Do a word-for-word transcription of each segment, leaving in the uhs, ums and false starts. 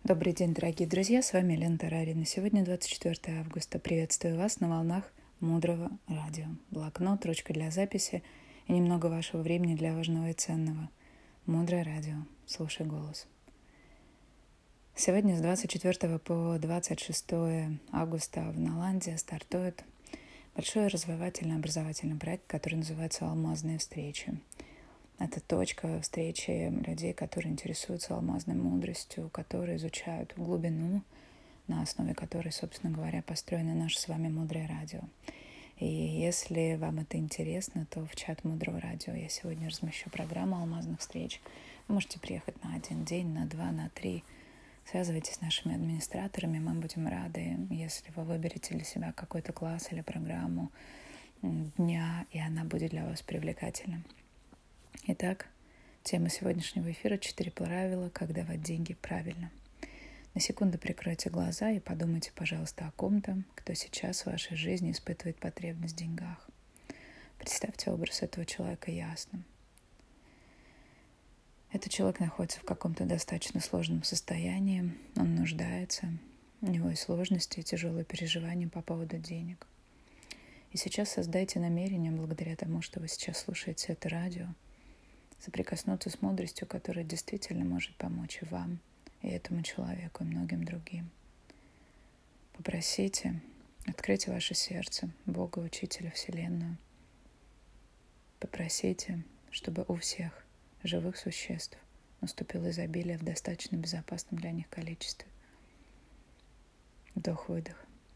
Добрый день, дорогие друзья, с вами Лена Тарарина. Сегодня двадцать четвёртое августа. Приветствую вас на волнах Мудрого радио. Блокнот, ручка для записи и немного вашего времени для важного и ценного. Мудрое радио. Слушай голос. Сегодня с двадцать четвёртого по двадцать шестое августа в Наланде стартует большой развивательный образовательный проект, который называется «Алмазные встречи». Это точка встречи людей, которые интересуются алмазной мудростью, которые изучают глубину, на основе которой, собственно говоря, построено наше с вами мудрое радио. И если вам это интересно, то в чат Мудрого радио я сегодня размещу программу алмазных встреч. Вы можете приехать на один день, на два, на три. Связывайтесь с нашими администраторами, мы будем рады, если вы выберете для себя какой-то класс или программу дня, и она будет для вас привлекательна. Итак, тема сегодняшнего эфира «Четыре правила, как давать деньги правильно». На секунду прикройте глаза и подумайте, пожалуйста, о ком-то, кто сейчас в вашей жизни испытывает потребность в деньгах. Представьте образ этого человека ясным. Этот человек находится в каком-то достаточно сложном состоянии, он нуждается, у него есть сложности и тяжелые переживания по поводу денег. И сейчас создайте намерение, благодаря тому, что вы сейчас слушаете это радио, соприкоснуться с мудростью, которая действительно может помочь и вам, и этому человеку, и многим другим. Попросите, откройте ваше сердце, Бога, Учителя, Вселенную. Попросите, чтобы у всех живых существ наступило изобилие в достаточно безопасном для них количестве. Вдох-выдох.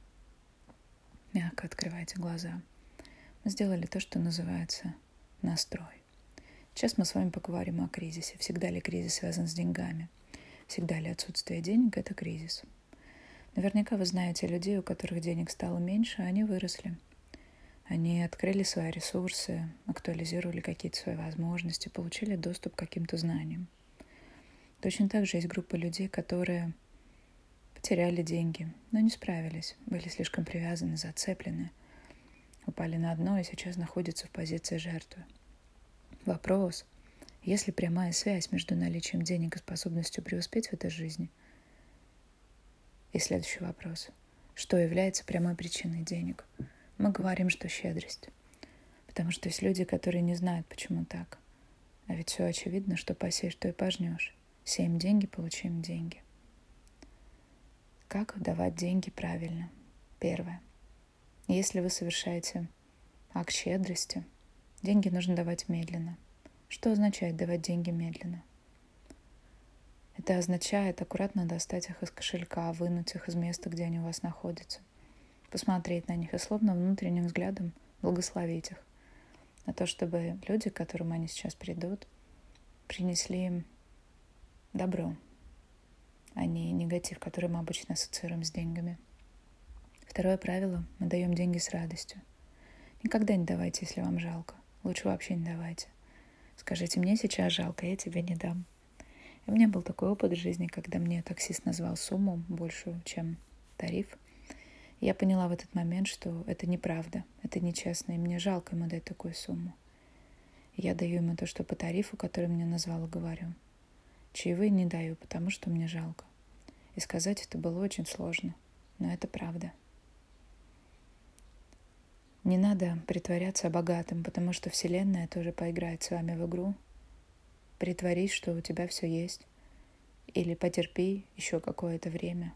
Мягко открывайте глаза. Мы сделали то, что называется настрой. Сейчас мы с вами поговорим о кризисе. Всегда ли кризис связан с деньгами? Всегда ли отсутствие денег – это кризис? Наверняка вы знаете людей, у которых денег стало меньше, а они выросли. Они открыли свои ресурсы, актуализировали какие-то свои возможности, получили доступ к каким-то знаниям. Точно так же есть группа людей, которые потеряли деньги, но не справились, были слишком привязаны, зацеплены, упали на дно и сейчас находятся в позиции жертвы. Вопрос, есть ли прямая связь между наличием денег и способностью преуспеть в этой жизни? И следующий вопрос. Что является прямой причиной денег? Мы говорим, что щедрость. Потому что есть люди, которые не знают, почему так. А ведь все очевидно, что посеешь, то и пожнешь. Сеем деньги, получим деньги. Как давать деньги правильно? Первое. Если вы совершаете акт щедрости, деньги нужно давать медленно. Что означает давать деньги медленно? Это означает аккуратно достать их из кошелька, вынуть их из места, где они у вас находятся, посмотреть на них и словно внутренним взглядом благословить их на то, чтобы люди, к которым они сейчас придут, принесли им добро, а не негатив, который мы обычно ассоциируем с деньгами. Второе правило – мы даем деньги с радостью. Никогда не давайте, если вам жалко. Лучше вообще не давайте. Скажите, мне сейчас жалко, я тебе не дам. И у меня был такой опыт в жизни, когда мне таксист назвал сумму большую, чем тариф. И я поняла в этот момент, что это неправда, это нечестно, и мне жалко ему дать такую сумму. И я даю ему то, что по тарифу, который мне назвал, говорю. Чаевые не даю, потому что мне жалко. И сказать это было очень сложно, но это правда. Не надо притворяться богатым, потому что Вселенная тоже поиграет с вами в игру. Притворись, что у тебя все есть. Или потерпи еще какое-то время.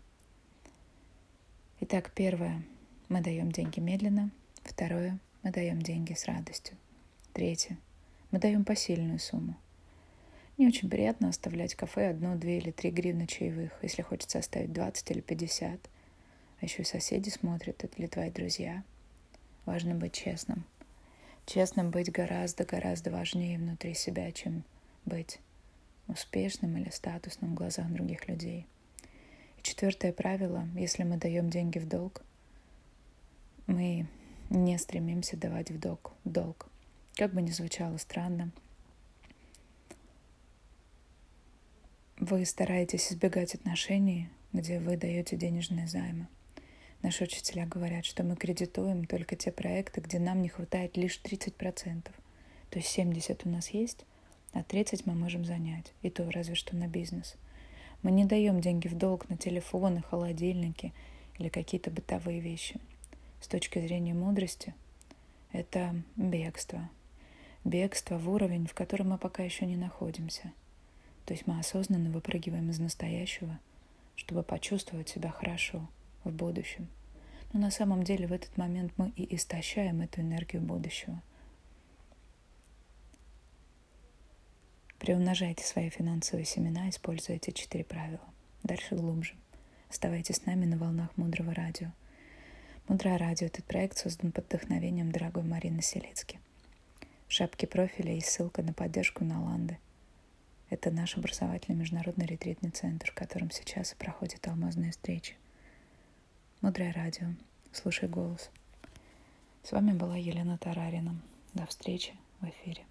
Итак, первое. Мы даем деньги медленно. Второе. Мы даем деньги с радостью. Третье. Мы даем посильную сумму. Не очень приятно оставлять в кафе одну, две или три гривны чаевых, если хочется оставить двадцать или пятьдесят. А еще и соседи смотрят, это ли твои друзья. Важно быть честным. Честным быть гораздо-гораздо важнее внутри себя, чем быть успешным или статусным в глазах других людей. И четвертое правило. Если мы даем деньги в долг, мы не стремимся давать в долг. В долг. Как бы ни звучало странно, вы стараетесь избегать отношений, где вы даете денежные займы. Наши учителя говорят, что мы кредитуем только те проекты, где нам не хватает лишь тридцать процентов. То есть семьдесят процентов у нас есть, а тридцать процентов мы можем занять. И то разве что на бизнес. Мы не даем деньги в долг на телефоны, холодильники или какие-то бытовые вещи. С точки зрения мудрости, это бегство. Бегство в уровень, в котором мы пока еще не находимся. То есть мы осознанно выпрыгиваем из настоящего, чтобы почувствовать себя хорошо в будущем. Но на самом деле в этот момент мы и истощаем эту энергию будущего. Приумножайте свои финансовые семена, используя эти четыре правила. Дальше глубже. Оставайтесь с нами на волнах Мудрого радио. Мудрое радио – этот проект создан под вдохновением дорогой Марины Селецки. В шапке профиля есть ссылка на поддержку Наланды. Это наш образовательный международный ретритный центр, в котором сейчас и проходят алмазные встречи. Мудрое радио. Слушай голос. С вами была Елена Тарарина. До встречи в эфире.